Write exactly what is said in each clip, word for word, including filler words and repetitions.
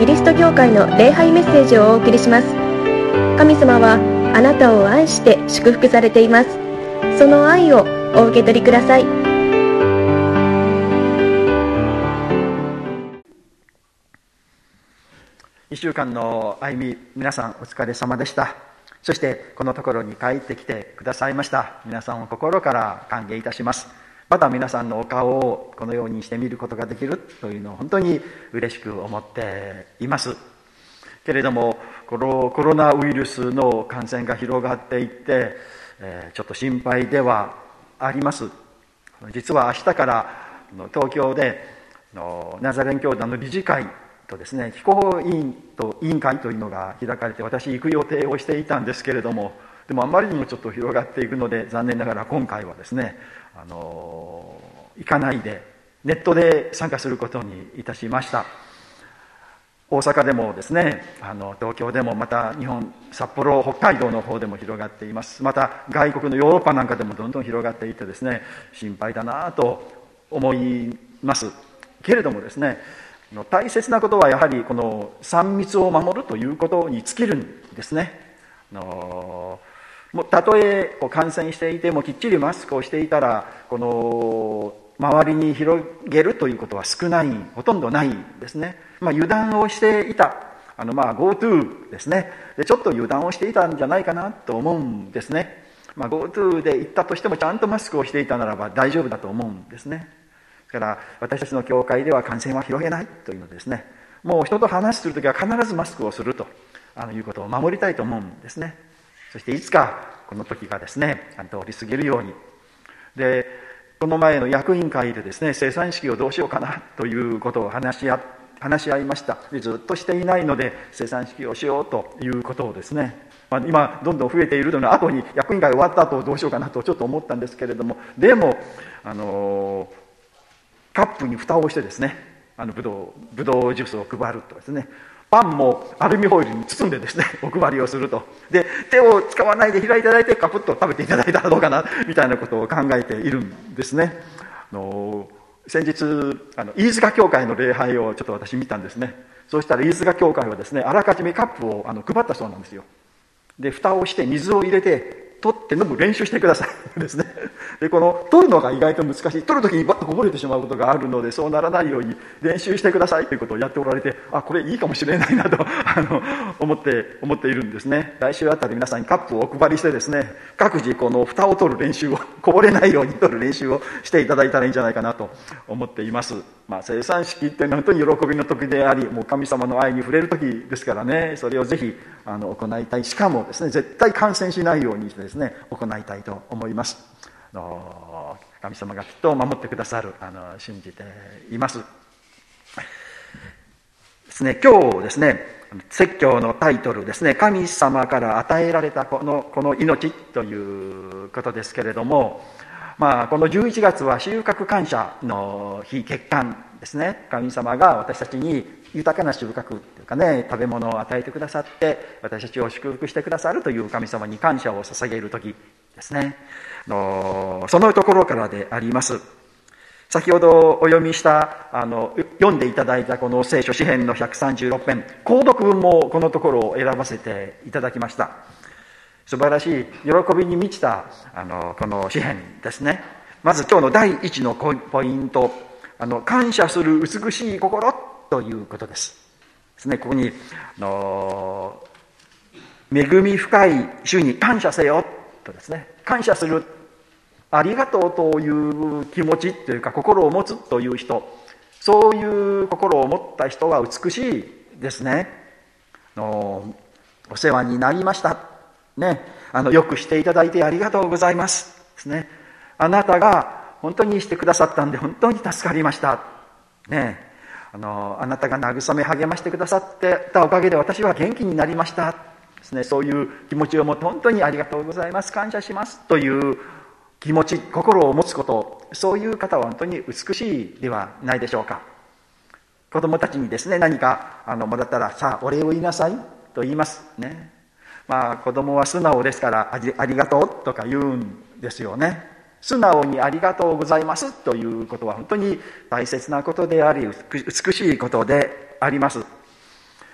リスト教会の礼拝メッセージをお送りします。神様はあなたを愛して祝福されています。その愛をお受け取りください。 いっしゅうかんの歩み、皆さんお疲れ様でした。そしてこのところに帰ってきてくださいました。皆さんを心から歓迎いたします。また皆さんのお顔をこのようにして見ることができるというのを本当に嬉しく思っていますけれども、このコロナウイルスの感染が広がっていって、えー、ちょっと心配ではあります。実は明日から東京でのナザレン教団の理事会とですね、気候委員と委員会というのが開かれて、私行く予定をしていたんですけれども、でもあまりにもちょっと広がっていくので、残念ながら今回はですね、あの行かないでネットで参加することにいたしました。大阪でもですね、あの東京でも、また日本札幌北海道の方でも広がっています。また外国のヨーロッパなんかでもどんどん広がっていてですね、心配だなと思いますけれどもですね、大切なことはやはりこのさん密を守るということに尽きるんですね。のもたとえ感染していてもきっちりマスクをしていたら、この周りに広げるということは少ない、ほとんどないですね。まあ、油断をしていた、あのまあ GoTo ですね。でちょっと油断をしていたんじゃないかなと思うんですね。まあ、GoTo で行ったとしてもちゃんとマスクをしていたならば大丈夫だと思うんですね。だから私たちの教会では感染は広げないというのですね、もう人と話するときは必ずマスクをするとあのいうことを守りたいと思うんですね。そしていつかこの時がですね、通り過ぎるように。でこの前の役員会でですね、生産式をどうしようかなということを話し合話し合いました。でずっとしていないので生産式をしようということをですね、まあ、今どんどん増えているの後に役員会終わった後どうしようかなとちょっと思ったんですけれども、でもあのカップに蓋をしてですね、あのブドウ、ブドウジュースを配るとですね、パンもアルミホイルに包んでですね、お配りをすると。で、手を使わないで開いていただいて、カプッと食べていただいたらどうかな、みたいなことを考えているんですね。あの先日、あの飯塚教会の礼拝をちょっと私見たんですね。そうしたら飯塚教会はですね、あらかじめカップをあの配ったそうなんですよ。で、蓋をして水を入れて、取って飲む練習してくださいですね。でこの取るのが意外と難しい、取るときにバッとこぼれてしまうことがあるので、そうならないように練習してくださいということをやっておられて、あこれいいかもしれないなとあの思って思っているんですね。来週あたり皆さんにカップをお配りしてですね、各自この蓋を取る練習を、こぼれないように取る練習をしていただいたらいいんじゃないかなと思っています。まあ、生産式っていうのは本当に喜びの時であり、もう神様の愛に触れる時ですからね、それをぜひあの行いたい。しかもですね、絶対感染しないようにしてですね行いたいと思います。あの神様がきっと守ってくださる、あの信じていますですね。今日ですね、説教のタイトルですね、神様から与えられたこのこの命ということですけれども、まあ、このじゅういちがつは収穫感謝の日、月間ですね。神様が私たちに豊かな収穫というかね、食べ物を与えてくださって私たちを祝福してくださるという神様に感謝を捧げる時ですね。のそのところからであります。先ほどお読みしたあの読んでいただいたこの聖書詩編のひゃくさんじゅうろく編、購読文もこのところを選ばせていただきました。素晴らしい喜びに満ちたあのこの詩編ですね。まず今日の第一のポイント、あの感謝する美しい心ということですですね。ここにあの恵み深い主に感謝せよとですね、感謝する、ありがとうという気持ちというか心を持つという人、そういう心を持った人は美しいですね。のお世話になりましたね、あのよくしていただいてありがとうございますですね。あなたが本当にしてくださったんで本当に助かりましたね。あのあなたが慰め励ましてくださってたおかげで私は元気になりましたですね。そういう気持ちを持って本当にありがとうございます、感謝しますという気持ち、心を持つこと、そういう方は本当に美しいではないでしょうか。子供たちにですね、何かあのもらったら、さあお礼を言いなさいと言いますね。まあ子供は素直ですから、あり、ありがとうとか言うんですよね。素直にありがとうございますということは本当に大切なことであり、美しいことであります。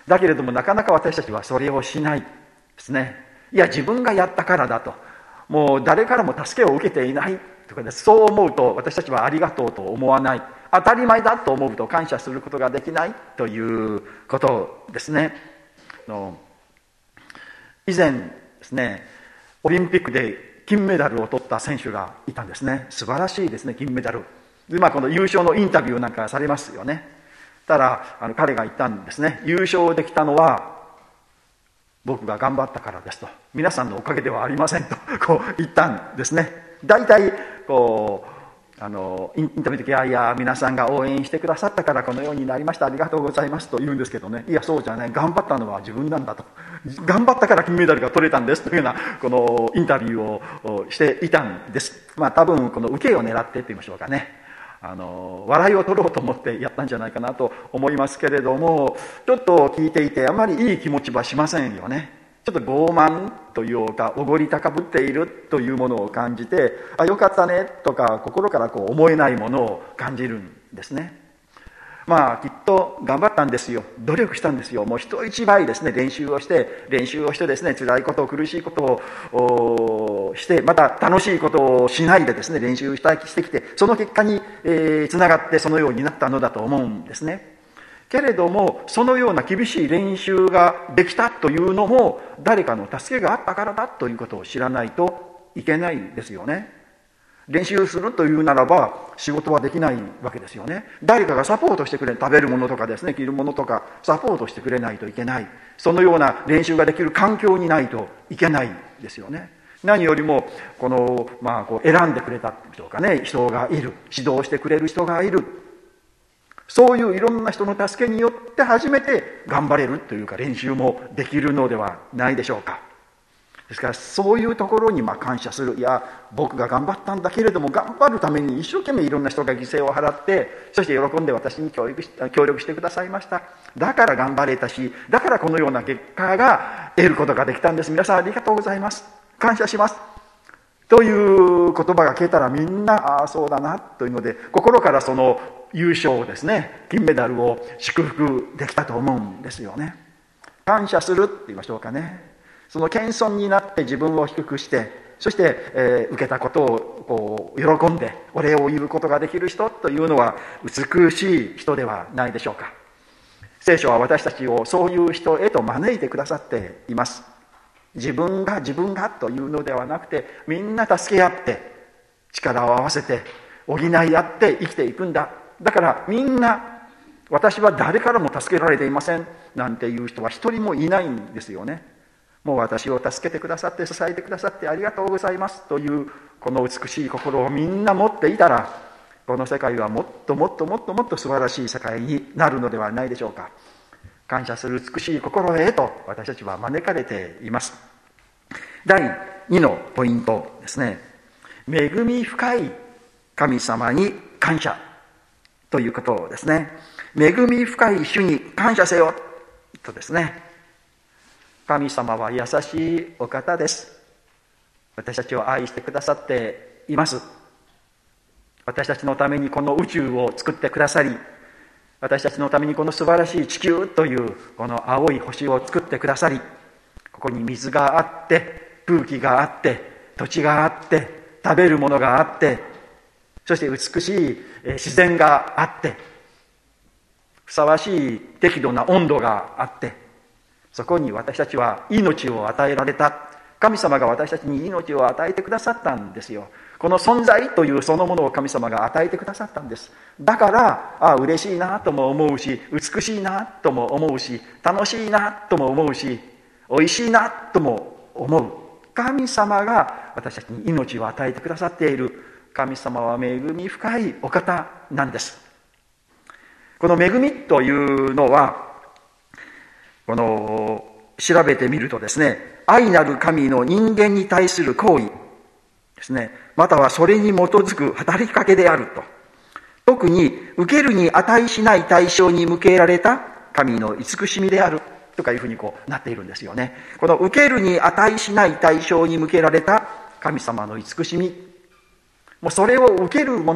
だけれどもなかなか私たちはそれをしないですね。いや、自分がやったからだと、もう誰からも助けを受けていないとかです。そう思うと私たちはありがとうと思わない、当たり前だと思うと感謝することができないということですね。の以前ですね、オリンピックで金メダルを取った選手がいたんですね。素晴らしいですね、金メダルで、まあ、この優勝のインタビューなんかされますよね。ただあの彼が言ったんですね。優勝できたのは僕が頑張ったからですと、皆さんのおかげではありませんとこう言ったんですね。大体こうあのインタビュー的に、いや皆さんが応援してくださったからこのようになりました、ありがとうございますと言うんですけどね、いやそうじゃない、頑張ったのは自分なんだと、頑張ったから金メダルが取れたんですというようなこのインタビューをしていたんです。まあ多分この受けを狙ってと言いましょうかね、あの笑いを取ろうと思ってやったんじゃないかなと思いますけれども、ちょっと聞いていてあまりいい気持ちはしませんよね。ちょっと傲慢というかおごり高ぶっているというものを感じて、あ、よかったねとか心からこう思えないものを感じるんですね。まあきっと頑張ったんですよ、努力したんですよ、もう人一倍ですね練習をして練習をしてですね、辛いこと苦しいことをして、また楽しいことをしないでですね練習したしてきて、その結果に、えー、つながってそのようになったのだと思うんですね。けれどもそのような厳しい練習ができたというのも誰かの助けがあったからだということを知らないといけないですよね。練習するというならば仕事はできないわけですよね。誰かがサポートしてくれ、食べるものとかですね、着るものとかサポートしてくれないといけない、そのような練習ができる環境にないといけないですよね。何よりもこの、まあ、こう選んでくれたでしょうかね、人がいる、指導してくれる人がいる、そういういろんな人の助けによって初めて頑張れるというか練習もできるのではないでしょうか。ですからそういうところにまあ感謝する、いや僕が頑張ったんだけれども頑張るために一生懸命いろんな人が犠牲を払って、そして喜んで私に協力し協力してくださいました、だから頑張れたし、だからこのような結果が得ることができたんです、皆さんありがとうございます、感謝しますという言葉が聞けたらみんなああそうだなというので心からその優勝をですね、金メダルを祝福できたと思うんですよね。感謝するって言いましょうかね。その謙遜になって自分を低くして、そして、えー、受けたことをこう喜んでお礼を言うことができる人というのは美しい人ではないでしょうか。聖書は私たちをそういう人へと招いてくださっています。自分が自分がというのではなくて、みんな助け合って力を合わせて補い合って生きていくんだ。だからみんな、私は誰からも助けられていませんなんていう人は一人もいないんですよね。もう私を助けてくださって支えてくださってありがとうございますというこの美しい心をみんな持っていたら、この世界はもっともっともっともっと素晴らしい世界になるのではないでしょうか。感謝する美しい心へと私たちは招かれています。だいにのポイントですね。恵み深い神様に感謝ということですね。恵み深い主に感謝せよとですね。神様は優しいお方です。私たちを愛してくださっています。私たちのためにこの宇宙を作ってくださり、私たちのためにこの素晴らしい地球というこの青い星を作ってくださり、ここに水があって空気があって土地があって食べるものがあって、そして美しい自然があって、ふさわしい適度な温度があって、そこに私たちは命を与えられた。神様が私たちに命を与えてくださったんですよ。この存在というそのものを神様が与えてくださったんです。だからああ嬉しいなとも思うし、美しいなとも思うし、楽しいなとも思うし、おいしいなとも思う。神様が私たちに命を与えてくださっている。神様は恵み深いお方なんです。この恵みというのは、この調べてみるとですね、愛なる神の人間に対する行為ですね、またはそれに基づく働きかけであると。特に受けるに値しない対象に向けられた神の慈しみであるとかいうふうにこうなっているんですよね。この受けるに値しない対象に向けられた神様の慈しみ、もうそれを受けるもの、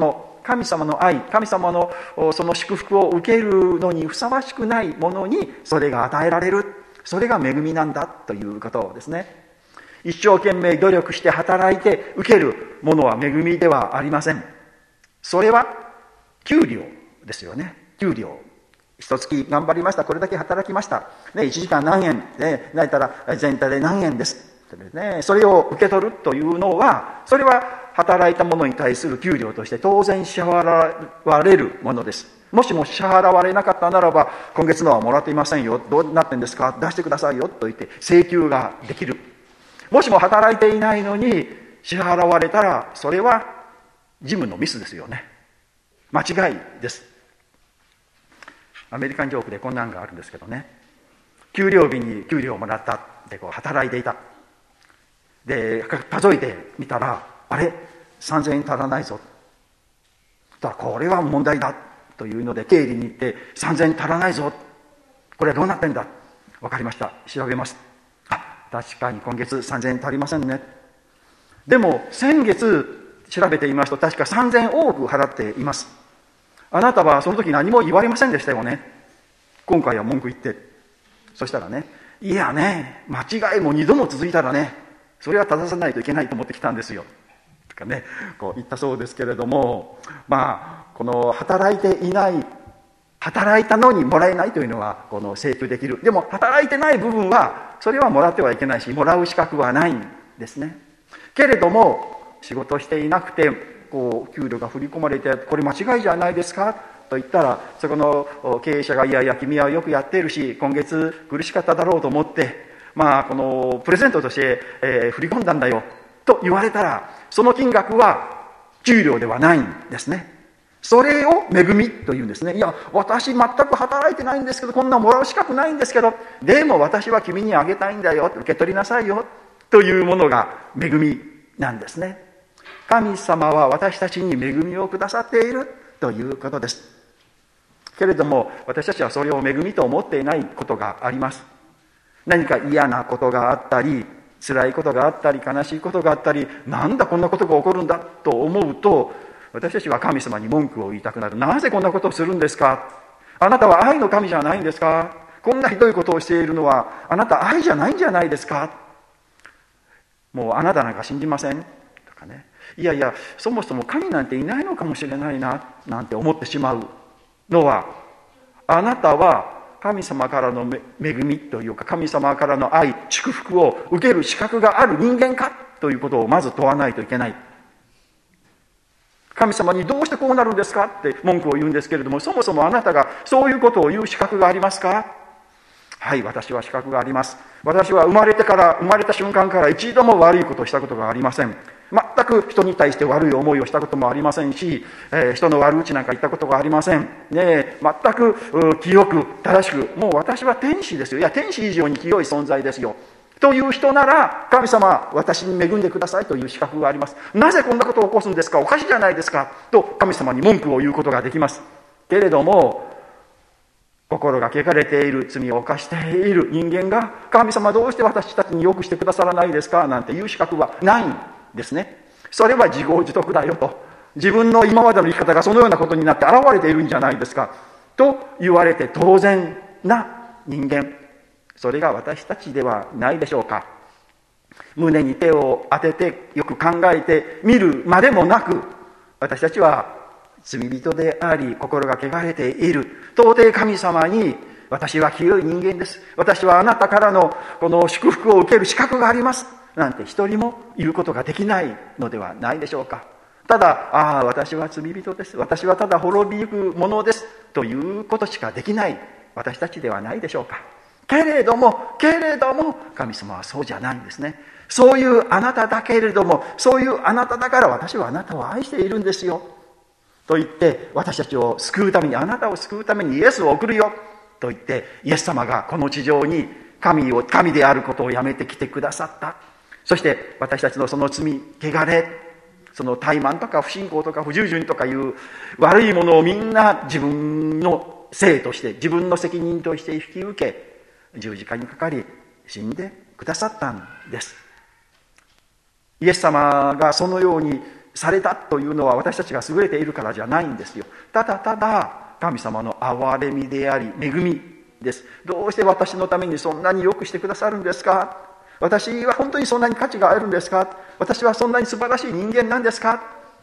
神様の愛、神様のその祝福を受けるのにふさわしくないものにそれが与えられる。それが恵みなんだということですね。一生懸命努力して働いて受けるものは恵みではありません。それは給料ですよね。給料。一月頑張りました。これだけ働きました。ね、いちじかん何円。ね、泣いたら全体で何円です。ね、それを受け取るというのは、それは働いたものに対する給料として当然支払われるものです。もしも支払われなかったならば、今月のはもらっていませんよ。どうなってんですか？出してくださいよ。と言って請求ができる。もしも働いていないのに支払われたら、それは事務のミスですよね。間違いです。アメリカンジョークでこんなんがあるんですけどね。給料日に給料をもらったでこう働いていた。で、数えてみたら、あれさんぜんえん足らないぞ。だからこれは問題だというので経理に行ってさんぜんえん足らないぞ。これはどうなってんだ。わかりました。調べます。あ、確かに今月さんぜんえん足りませんね。でも先月調べていますと確かさんぜんえん多く払っています。あなたはその時何も言われませんでしたよね。今回は文句言って。そしたらね、いやね、間違いも二度も続いたらね、それは正さないといけないと思ってきたんですよ。とかね、こう言ったそうですけれども、まあ、この働いていない、働いたのにもらえないというのは、この請求できる。でも、働いてない部分は、それはもらってはいけないし、もらう資格はないんですね。けれども、仕事していなくて、こう、給料が振り込まれて、これ間違いじゃないですかと言ったら、そこの経営者が、いやいや、君はよくやっているし、今月苦しかっただろうと思って、まあ、このプレゼントとして、えー、振り込んだんだよと言われたら、その金額は給料ではないんですね。それを恵みというんですね。いや、私全く働いてないんですけど、こんなもらう資格ないんですけど、でも私は君にあげたいんだよ、受け取りなさいよというものが恵みなんですね。神様は私たちに恵みをくださっているということです。けれども、私たちはそれを恵みと思っていないことがあります。何か嫌なことがあったり、辛いことがあったり、悲しいことがあったり、なんだこんなことが起こるんだと思うと、私たちは神様に文句を言いたくなる。なぜこんなことをするんですか？あなたは愛の神じゃないんですか？こんなひどいことをしているのはあなた愛じゃないんじゃないですか？もうあなたなんか信じませんとかね。いやいや、そもそも神なんていないのかもしれないななんて思ってしまうのは、あなたは神様からの恵みというか、神様からの愛、祝福を受ける資格がある人間かということをまず問わないといけない。神様にどうしてこうなるんですかって文句を言うんですけれども、そもそもあなたがそういうことを言う資格がありますか？はい、私は資格があります。私は生まれてから、生まれた瞬間から一度も悪いことをしたことがありません。全く人に対して悪い思いをしたこともありませんし、えー、人の悪口なんか言ったことがありません。ねえ、全く清く正しく、もう私は天使ですよ。いや、天使以上に清い存在ですよ。という人なら、神様、私に恵んでくださいという資格があります。なぜこんなことを起こすんですか？おかしいじゃないですか。と神様に文句を言うことができます。けれども、心が汚れている、罪を犯している人間が、神様どうして私たちによくしてくださらないですかなんていう資格はないんですね。それは自業自得だよと。自分の今までの生き方がそのようなことになって現れているんじゃないですか。と言われて当然な人間。それが私たちではないでしょうか。胸に手を当ててよく考えてみるまでもなく、私たちは罪人であり心が汚れている。到底神様に、私は清い人間です。私はあなたからのこの祝福を受ける資格があります。なんて一人も言うことができないのではないでしょうか。ただ、ああ、私は罪人です。私はただ滅びゆくものです。ということしかできない私たちではないでしょうか。けれども、けれども、神様はそうじゃないんですね。そういうあなただけれども、そういうあなただから私はあなたを愛しているんですよ。と言って、私たちを救うために、あなたを救うためにイエスを送るよ。と言って、イエス様がこの地上に神を、神であることをやめてきてくださった。そして私たちのその罪、汚れ、その怠慢とか不信仰とか不従順とかいう悪いものをみんな自分のせいとして、自分の責任として引き受け、十字架にかかり死んでくださったんです。イエス様がそのようにされたというのは私たちが優れているからじゃないんですよ。ただただ神様の憐れみであり恵みです。どうして私のためにそんなによくしてくださるんですか？私は本当にそんなに価値があるんですか？私はそんなに素晴らしい人間なんですか？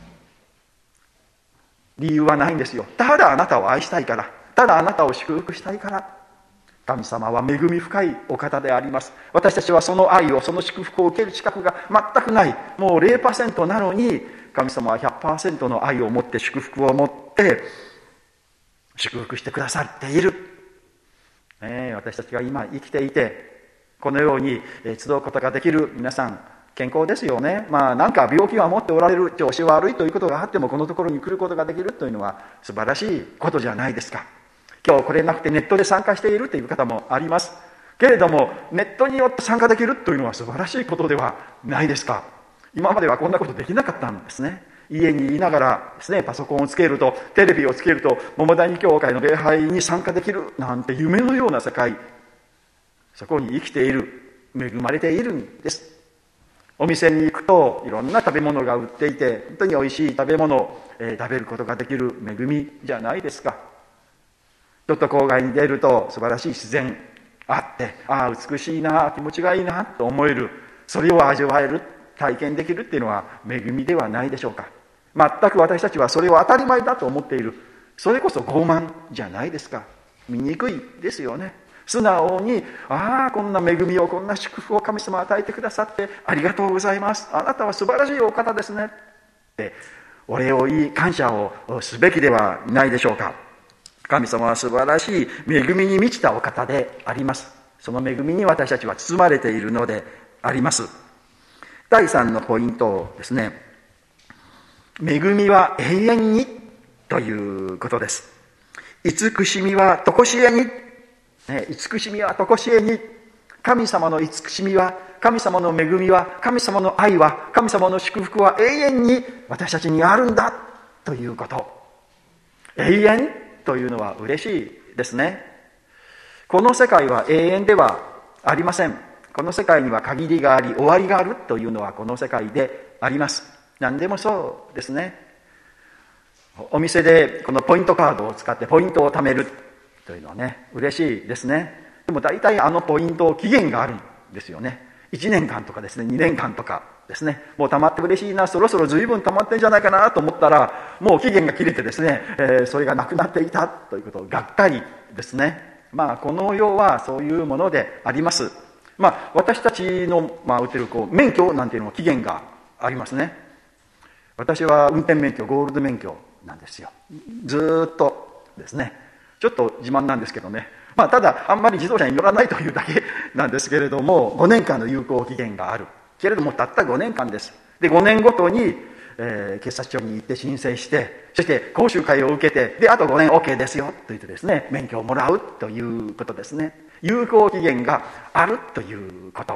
理由はないんですよ。ただあなたを愛したいから、ただあなたを祝福したいから。神様は恵み深いお方であります。私たちはその愛を、その祝福を受ける資格が全くない、もう ゼロパーセント なのに、神様は ひゃくパーセント の愛を持って、祝福を持って祝福してくださっている、ね、え私たちが今生きていてこのように集うことができる皆さん健康ですよね。まあなんか病気は持っておられる、調子悪いということがあってもこのところに来ることができるというのは素晴らしいことじゃないですか。今日来れなくてネットで参加しているという方もありますけれども、ネットによって参加できるというのは素晴らしいことではないですか。今まではこんなことできなかったんですね。家にいながらですね、パソコンをつけると、テレビをつけると、桃谷教会の礼拝に参加できるなんて夢のような世界、そこに生きている、恵まれているんです。お店に行くといろんな食べ物が売っていて、本当に美味しい食べ物を、えー、食べることができる恵みじゃないですか。ちょっと郊外に出ると素晴らしい自然あって、ああ美しいな、気持ちがいいなと思える、それを味わえる、体験できるっていうのは恵みではないでしょうか。全く私たちはそれを当たり前だと思っている。それこそ傲慢じゃないですか。醜いですよね。素直に、ああこんな恵みを、こんな祝福を神様与えてくださってありがとうございます、あなたは素晴らしいお方ですねってお礼を言い感謝をすべきではないでしょうか。神様は素晴らしい恵みに満ちたお方であります。その恵みに私たちは包まれているのであります。だいさんのポイントですね。恵みは永遠にということです。慈しみは常しえに、ね、慈しみは常しえに。神様の慈しみは、神様の恵みは、神様の愛は、神様の祝福は永遠に私たちにあるんだということ。永遠というのは嬉しいですね。この世界は永遠ではありません。この世界には限りがあり終わりがあるというのはこの世界であります。何でもそうですね。お店でこのポイントカードを使ってポイントを貯めるというのはね、嬉しいですね。でも大体あのポイント期限があるんですよね。いちねんかんとかですね、にねんかんとかですね、もう溜まって嬉しいな、そろそろ随分溜まってんじゃないかなと思ったらもう期限が切れてですね、えー、それがなくなっていたということをがっかりですね。まあこの世はそういうものであります。まあ私たちの、まあ、売ってるこう免許なんていうのも期限がありますね。私は運転免許ゴールド免許なんですよ。ずっとですね、ちょっと自慢なんですけどね、まあただあんまり自動車に乗らないというだけなんですけれども、ごねんかんの有効期限があるけれどもたったごねんかんです。でごねんごとに、えー、警察署に行って申請して、そして講習会を受けて、であとごねん OK ですよと言ってですね、免許をもらうということですね。有効期限があるということ。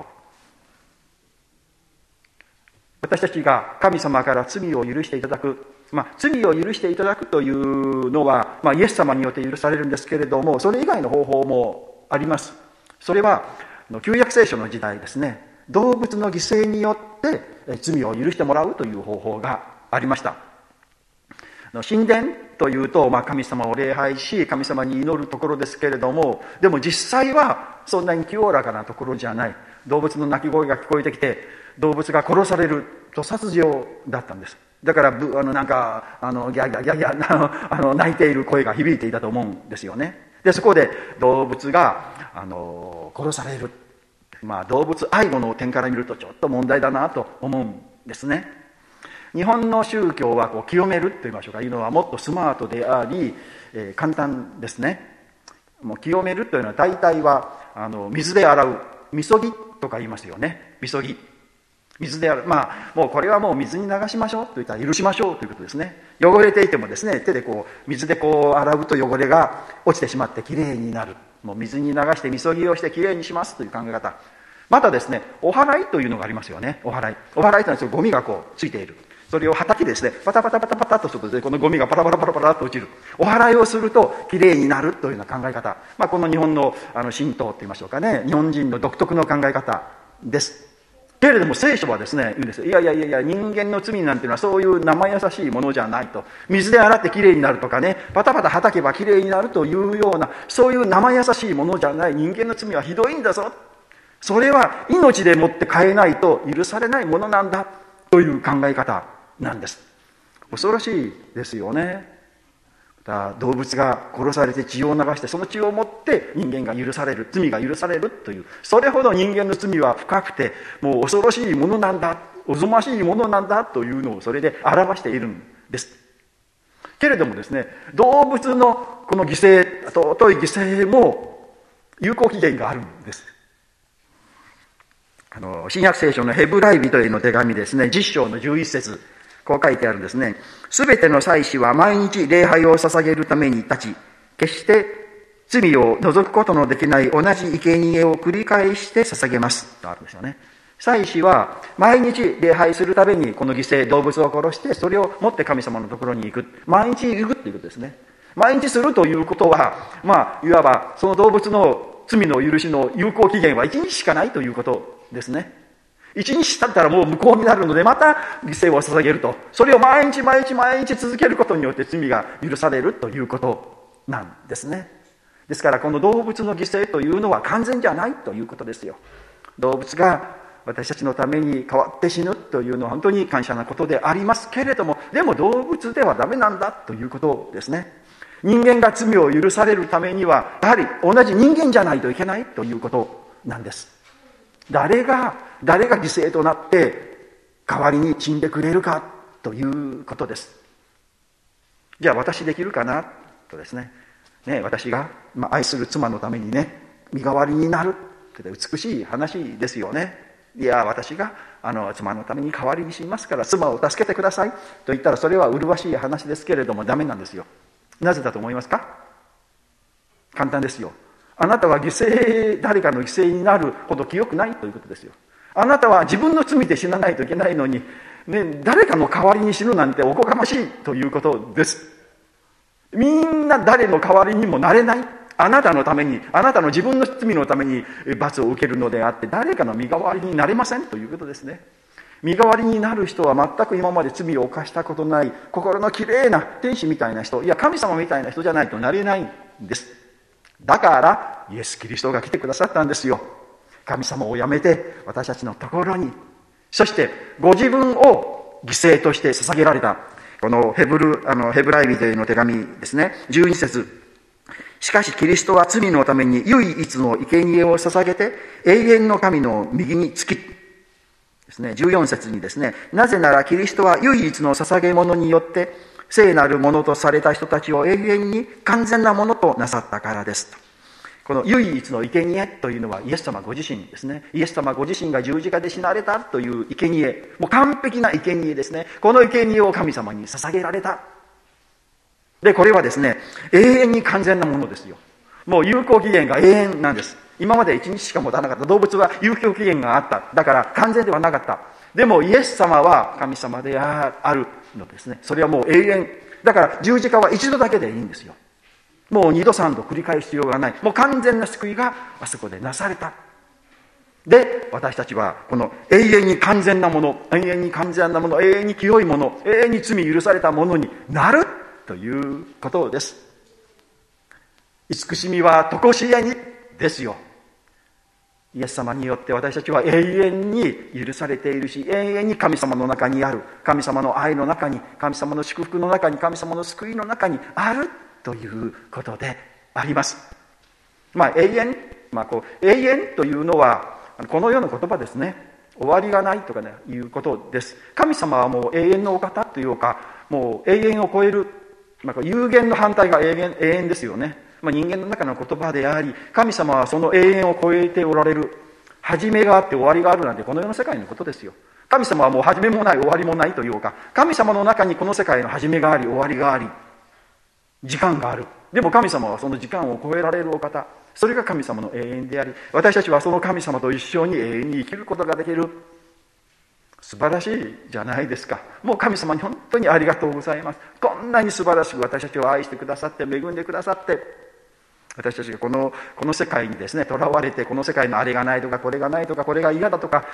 私たちが神様から罪を許していただく、まあ、罪を許していただくというのは、まあ、イエス様によって許されるんですけれども、それ以外の方法もあります。それは旧約聖書の時代ですね、動物の犠牲によって罪を許してもらうという方法がありました。神殿というと、まあ、神様を礼拝し神様に祈るところですけれども、でも実際はそんなに清らかなところじゃない。動物の鳴き声が聞こえてきて動物が殺されると殺場だったんです。だからぶあのなんかあのギャギャギャギャあの泣いている声が響いていたと思うんですよね。でそこで動物があの殺される、まあ、動物愛護の点から見るとちょっと問題だなと思うんですね。日本の宗教はこう清めるといいましょうか、いうのはもっとスマートであり、えー、簡単ですね。もう清めるというのは大体はあの水で洗う、みそぎとか言いますよね。みそぎ、水で洗う、まあもうこれはもう水に流しましょうと言ったら許しましょうということですね。汚れていてもですね、手でこう水でこう洗うと汚れが落ちてしまってきれいになる。もう水に流してみそぎをしてきれいにしますという考え方。またですね、お祓いというのがありますよね。お祓いお祓いというのはゴミがこうついている、それをはたきですね、パタパタパタパタとするとこのゴミがパラパラパラパラと落ちる。お祓いをするときれいになるというような考え方、まあ、この日本のあの神道といいましょうかね、日本人の独特の考え方です。 けれども聖書はですね、言うんですよ。いやいやいやいや、人間の罪なんていうのはそういう生優しいものじゃないと。水で洗ってきれいになるとかね、パタパタはたけばきれいになるというような、そういう生優しいものじゃない。人間の罪はひどいんだぞ。それは命でもって変えないと許されないものなんだという考え方なんです。恐ろしいですよね。動物が殺されて血を流して、その血をもって人間が許される、罪が許されるという、それほど人間の罪は深くて、もう恐ろしいものなんだ、おぞましいものなんだというのをそれで表しているんです。けれどもですね、動物のこの犠牲、尊い犠牲も有効期限があるんです。あの新約聖書のヘブライ人への手紙ですね、じゅっ章のじゅういち節、こう書いてあるんですね。すべての祭司は毎日礼拝を捧げるために立ち、決して罪を除くことのできない同じ生贄を繰り返して捧げます。とあるんですよね。祭司は毎日礼拝するためにこの犠牲、動物を殺して、それを持って神様のところに行く。毎日行くということですね。毎日するということは、まあ、いわばその動物の罪の許しの有効期限はいちにちしかないということですね。一日経ったらもう無効になるので、また犠牲を捧げると。それを毎日毎日毎日続けることによって罪が許されるということなんですね。ですからこの動物の犠牲というのは完全じゃないということですよ。動物が私たちのために代わって死ぬというのは本当に感謝なことでありますけれども、でも動物ではダメなんだということですね。人間が罪を許されるためには、やはり同じ人間じゃないといけないということなんです。誰が誰が犠牲となって代わりに死んでくれるかということです。じゃあ私できるかなとですね、ね、私が、まあ、愛する妻のためにね身代わりになるって美しい話ですよね。いや私があの妻のために代わりにしますから妻を助けてくださいと言ったら、それは麗しい話ですけれどもダメなんですよ。なぜだと思いますか？簡単ですよ。あなたは犠牲、誰かの犠牲になるほど清くないということですよ。あなたは自分の罪で死なないといけないのに、ね、誰かの代わりに死ぬなんておこがましいということです。みんな誰の代わりにもなれない。あなたのために、あなたの自分の罪のために罰を受けるのであって、誰かの身代わりになれませんということですね。身代わりになる人は全く今まで罪を犯したことない、心のきれいな天使みたいな人、いや神様みたいな人じゃないとなれないんです。だからイエス・キリストが来てくださったんですよ。神様をやめて私たちのところに、そしてご自分を犠牲として捧げられた、このヘブルあのヘブライ人への手紙ですね、じゅうに節。しかしキリストは罪のために唯一の生贄を捧げて永遠の神の右につきですね、じゅうよん節にですね、なぜならキリストは唯一の捧げ物によって聖なるものとされた人たちを永遠に完全なものとなさったからですと。この唯一の生贄というのはイエス様ご自身ですね。イエス様ご自身が十字架で死なれたという生贄、もう完璧な生贄ですね。この生贄を神様に捧げられた。でこれはですね、永遠に完全なものですよ。もう有効期限が永遠なんです。今まで一日しか持たなかった動物は有効期限があった。だから完全ではなかった。でもイエス様は神様であるのですね。それはもう永遠だから、十字架は一度だけでいいんですよ。もう二度三度繰り返す必要がない。もう完全な救いがあそこでなされた。で私たちはこの永遠に完全なもの、永遠に完全なもの、永遠に清いもの、永遠に罪許されたものになるということです。慈しみは常しえにですよ。イエス様によって私たちは永遠に許されているし、永遠に神様の中にある、神様の愛の中に、神様の祝福の中に、神様の救いの中にあるということであります。まあ永遠、まあ、こう永遠というのはこのような言葉ですね。終わりがないとかね、いうことです。神様はもう永遠のお方というか、もう永遠を超える、まあ、有限の反対が永遠、永遠ですよね。まあ、人間の中の言葉であり、神様はその永遠を超えておられる。始めがあって終わりがあるなんてこの世の世界のことですよ。神様はもう始めもない終わりもないというか、神様の中にこの世界の始めがあり終わりがあり、時間がある。でも神様はその時間を超えられるお方、それが神様の永遠であり、私たちはその神様と一緒に永遠に生きることができる。素晴らしいじゃないですか。もう神様に本当にありがとうございます。こんなに素晴らしく私たちを愛してくださって、恵んでくださって、私たちがこのこの世界にですねとらわれて、この世界のあれがないとかこれがないとかこれが嫌だとか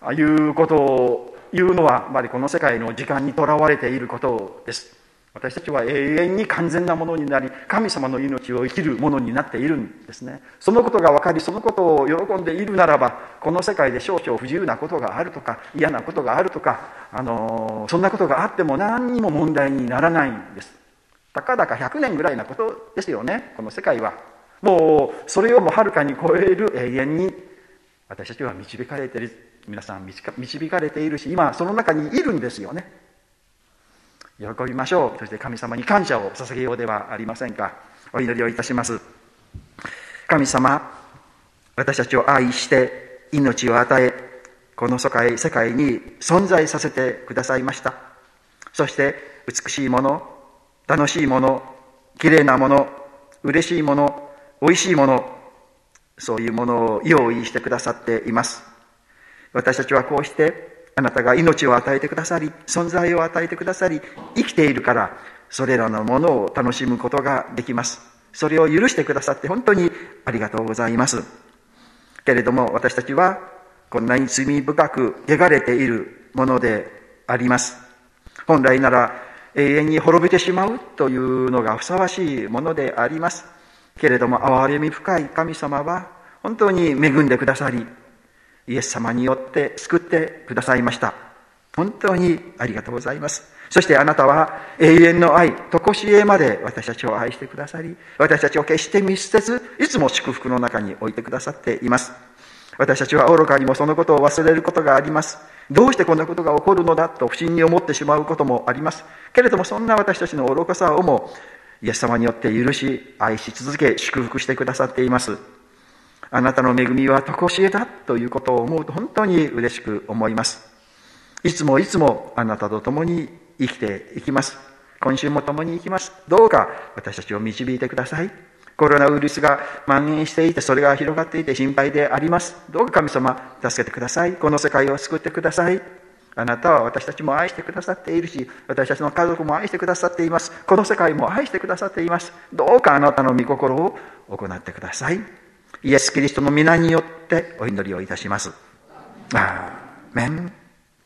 いうことを言うのは、やっぱりこの世界の時間にとらわれていることです。私たちは永遠に完全なものになり、神様の命を生きるものになっているんですね。そのことが分かり、そのことを喜んでいるならば、この世界で少々不自由なことがあるとか、嫌なことがあるとか、あのそんなことがあっても何にも問題にならないんです。たかだかひゃくねんぐらいなことですよね、この世界は。もうそれをもはるかに超える永遠に私たちは導かれている。皆さん導かれているし、今その中にいるんですよね。喜びましょう。そして神様に感謝を捧げようではありませんか。お祈りをいたします。神様、私たちを愛して命を与え、この世界世界に存在させてくださいました。そして美しいもの、楽しいもの、きれいなもの、嬉しいもの、おいしいもの、そういうものを用意してくださっています。私たちはこうしてあなたが命を与えてくださり、存在を与えてくださり、生きているからそれらのものを楽しむことができます。それを許してくださって本当にありがとうございます。けれども私たちはこんなに罪深く汚れているものであります。本来なら永遠に滅びてしまうというのがふさわしいものであります。けれども憐れみ深い神様は本当に恵んでくださり、イエス様によって救ってくださいました。本当にありがとうございます。そしてあなたは永遠の愛、常しえまで私たちを愛してくださり、私たちを決して見捨てず、いつも祝福の中に置いてくださっています。私たちは愚かにもそのことを忘れることがあります。どうしてこんなことが起こるのだと不審に思ってしまうこともあります。けれどもそんな私たちの愚かさをもイエス様によって許し、愛し続け、祝福してくださっています。あなたの恵みは常しえだということを思うと本当に嬉しく思います。いつもいつもあなたと共に生きていきます。今週も共に生きます。どうか私たちを導いてください。コロナウイルスが蔓延していて、それが広がっていて心配であります。どうか神様助けてください。この世界を救ってください。あなたは私たちも愛してくださっているし、私たちの家族も愛してくださっています。この世界も愛してくださっています。どうかあなたの御心を行ってください。イエス・キリストの皆によってお祈りをいたします。アーメン。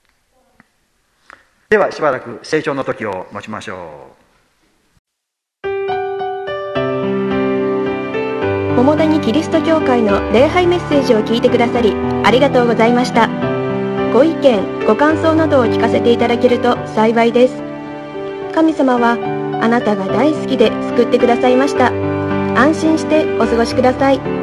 ではしばらく成長の時を持ちましょう。 桃谷キリスト教会の礼拝メッセージを聞いてくださりありがとうございました。ご意見ご感想などを聞かせていただけると幸いです。神様はあなたが大好きで救ってくださいました。安心してお過ごしください。